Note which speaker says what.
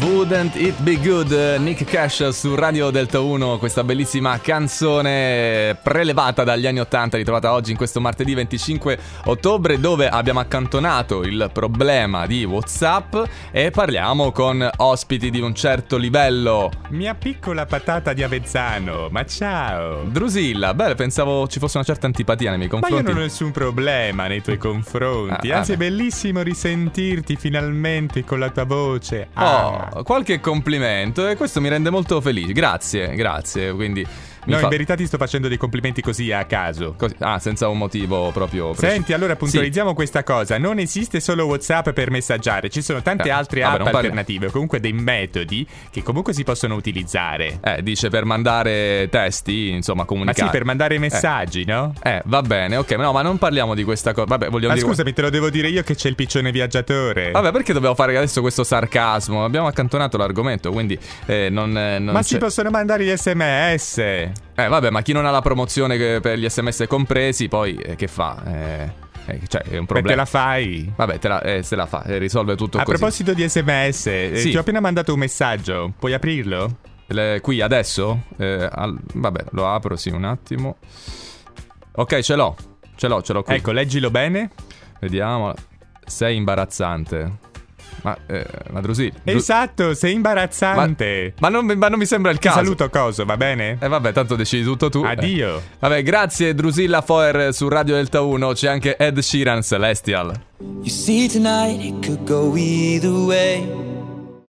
Speaker 1: Wouldn't It Be Good, Nick Cash su Radio Delta 1, questa bellissima canzone prelevata dagli anni 80, ritrovata oggi in questo martedì 25 ottobre, dove abbiamo accantonato il problema di WhatsApp e parliamo con ospiti di un certo livello.
Speaker 2: Mia piccola patata di Avezzano, ma ciao!
Speaker 1: Drusilla, beh, pensavo ci fosse una certa antipatia nei miei confronti.
Speaker 2: Ma io non ho nessun problema nei tuoi confronti, anzi è bellissimo risentirti finalmente con la tua voce.
Speaker 1: Qualche complimento e questo mi rende molto felice. Grazie. Quindi
Speaker 2: in verità ti sto facendo dei complimenti così a caso.
Speaker 1: Senza un motivo proprio
Speaker 2: Senti, allora puntualizziamo questa cosa. Non esiste solo WhatsApp per messaggiare, ci sono tante altre app alternative, comunque dei metodi che comunque si possono utilizzare.
Speaker 1: Dice per mandare testi, insomma, comunicare.
Speaker 2: Ma sì, per mandare messaggi, no?
Speaker 1: Va bene, ok, no, ma non parliamo di questa cosa. Vabbè, vogliamo dire...
Speaker 2: scusami, te lo devo dire io che c'è il piccione viaggiatore.
Speaker 1: Vabbè, perché dobbiamo fare adesso questo sarcasmo? Abbiamo accantonato l'argomento, quindi
Speaker 2: ma si possono mandare gli SMS.
Speaker 1: Vabbè, ma chi non ha la promozione per gli SMS compresi, poi che fa? Cioè, è un problema.
Speaker 2: Te la fai?
Speaker 1: Vabbè, se la fa, risolve tutto così.
Speaker 2: A proposito di SMS, ti ho appena mandato un messaggio. Puoi aprirlo?
Speaker 1: Qui adesso? Vabbè, lo apro, sì, un attimo. Ok, ce l'ho qui.
Speaker 2: Ecco, leggilo bene.
Speaker 1: Vediamo. Sei imbarazzante. Ma Drusilla.
Speaker 2: Esatto, sei imbarazzante.
Speaker 1: Ma non mi sembra il caso.
Speaker 2: Ti saluto coso, va bene?
Speaker 1: Vabbè, tanto decidi tutto tu.
Speaker 2: Addio.
Speaker 1: Vabbè, grazie Drusilla Foer su Radio Delta 1. C'è anche Ed Sheeran, Celestial.
Speaker 3: You see tonight it could go either way.